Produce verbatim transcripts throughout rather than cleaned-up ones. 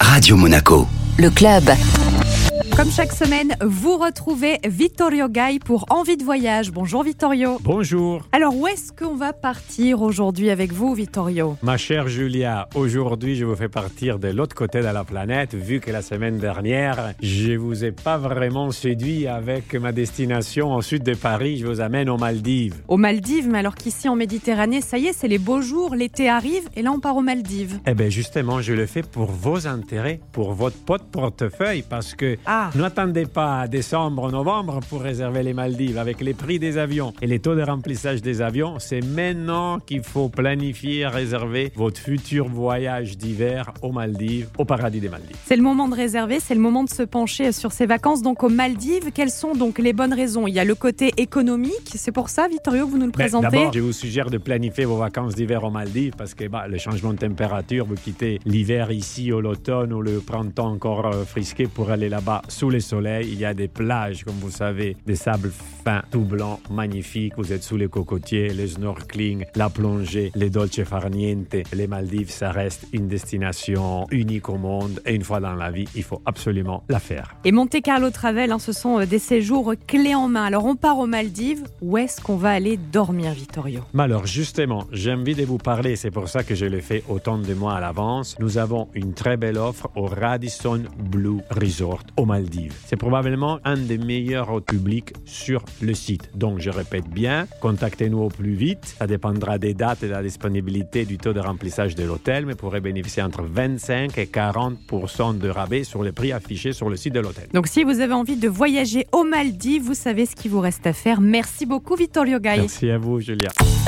Radio Monaco. Le club. Comme chaque semaine, vous retrouvez Vittorio Gai pour Envie de voyage. Bonjour Vittorio. Bonjour. Alors où est-ce qu'on va partir aujourd'hui avec vous Vittorio? Ma chère Julia, aujourd'hui je vous fais partir de l'autre côté de la planète, vu que la semaine dernière, je vous ai pas vraiment séduit avec ma destination au sud de Paris, je vous amène aux Maldives. Aux Maldives, mais alors qu'ici en Méditerranée, ça y est, c'est les beaux jours, l'été arrive et là on part aux Maldives. Eh bien justement, je le fais pour vos intérêts, pour votre pote portefeuille, parce que Ah. n'attendez pas à décembre, novembre pour réserver les Maldives avec les prix des avions et les taux de remplissage des avions. C'est maintenant qu'il faut planifier, réserver votre futur voyage d'hiver aux Maldives, au paradis des Maldives. C'est le moment de réserver, c'est le moment de se pencher sur ces vacances donc aux Maldives. Quelles sont donc les bonnes raisons? Il y a le côté économique, c'est pour ça Vittorio que vous nous le Ben, présentez. d'abord, je vous suggère de planifier vos vacances d'hiver aux Maldives parce que bah, le changement de température, vous quittez l'hiver ici ou l'automne ou le printemps encore euh, frisqué pour aller là-bas sous le soleil. Il y a des plages, comme vous savez, des sables fins, tout blancs, magnifiques. Vous êtes sous les cocotiers, le snorkeling, la plongée, les dolce far niente. Les Maldives, ça reste une destination unique au monde et une fois dans la vie, il faut absolument la faire. Et Monte Carlo Travel, hein, ce sont euh, des séjours clés en main. Alors on part aux Maldives, où est-ce qu'on va aller dormir Vittorio? Mais alors justement, j'ai envie de vous parler, c'est pour ça que je le fais autant de mois à l'avance. Nous avons une très belle offre au Radisson Blu Resort aux Maldives. C'est probablement un des meilleurs au public sur le site. Donc je répète bien, contactez-nous au plus vite. Ça dépendra des dates et de la disponibilité du taux de remplissage de l'hôtel, mais pourrez bénéficier entre vingt-cinq et quarante pour cent de rabais sur les prix affichés sur le site de l'hôtel. Donc si vous avez envie de voyager aux Maldives, vous savez ce qu'il vous reste à faire. Merci beaucoup Vittorio Gai. Merci à vous Julia.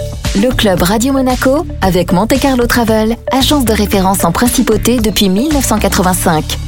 Le club Radio Monaco avec Monte Carlo Travel, agence de référence en principauté depuis mille neuf cent quatre-vingt-cinq.